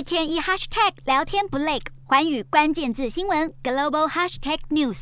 天一 hashtag 聊天不累，寰宇关键字新闻 global hashtag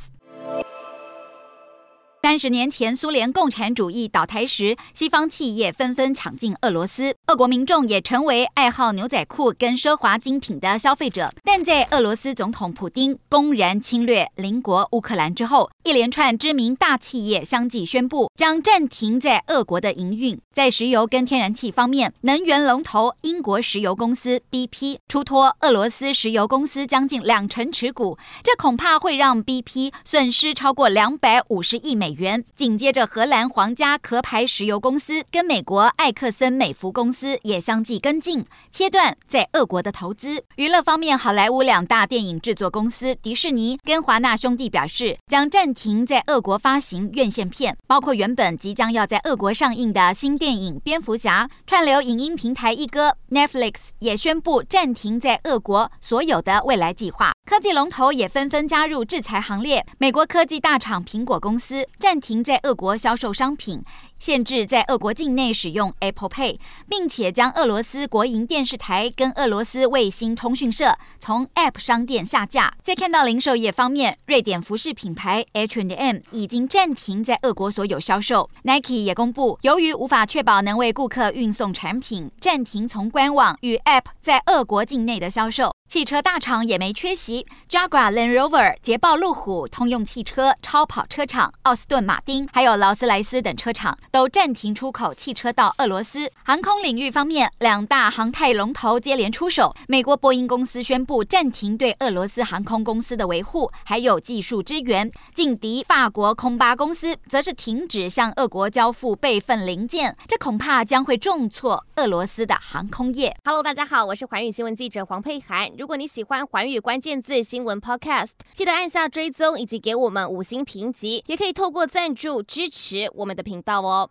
news。30年前，苏联共产主义倒台时，西方企业纷纷抢进俄罗斯，俄国民众也成为爱好牛仔裤跟奢华精品的消费者。但在俄罗斯总统普丁公然侵略邻国乌克兰之后，一连串知名大企业相继宣布将暂停在俄国的营运。在石油跟天然气方面，能源龙头英国石油公司 BP 出脱俄罗斯石油公司将近20%持股，这恐怕会让 BP 损失超过250亿美元。紧接着，荷兰皇家壳牌石油公司跟美国埃克森美孚公司也相继跟进，切断在俄国的投资。娱乐方面，好莱坞2大电影制作公司迪士尼跟华纳兄弟表示，将暂停在俄国发行院线片，包括原本即将要在俄国上映的新电影《蝙蝠侠》。串流影音平台一哥 Netflix 也宣布暂停在俄国所有的未来计划。科技龙头也纷纷加入制裁行列，美国科技大厂苹果公司暂停在俄国销售商品，限制在俄国境内使用 Apple Pay， 并且将俄罗斯国营电视台跟俄罗斯卫星通讯社从 App 商店下架。再看到零售业方面，瑞典服饰品牌 H&M 已经暂停在俄国所有销售。Nike 也公布，由于无法确保能为顾客运送产品，暂停从官网与 App 在俄国境内的销售。汽车大厂也没缺席 ，Jaguar、Land Rover、捷豹、路虎、通用汽车、超跑车厂、奥斯顿马丁，还有劳斯莱斯等车厂都暂停出口汽车到俄罗斯。航空领域方面，2大航太龙头接连出手，美国波音公司宣布暂停对俄罗斯航空公司的维护，还有技术支援。劲敌法国空巴公司则是停止向俄国交付备份零件，这恐怕将会重挫俄罗斯的航空业。 Hello， 大家好，我是寰宇新闻记者黄佩涵。如果你喜欢寰宇关键字新闻 Podcast， 记得按下追踪以及给我们5星评级，也可以透过赞助支持我们的频道哦。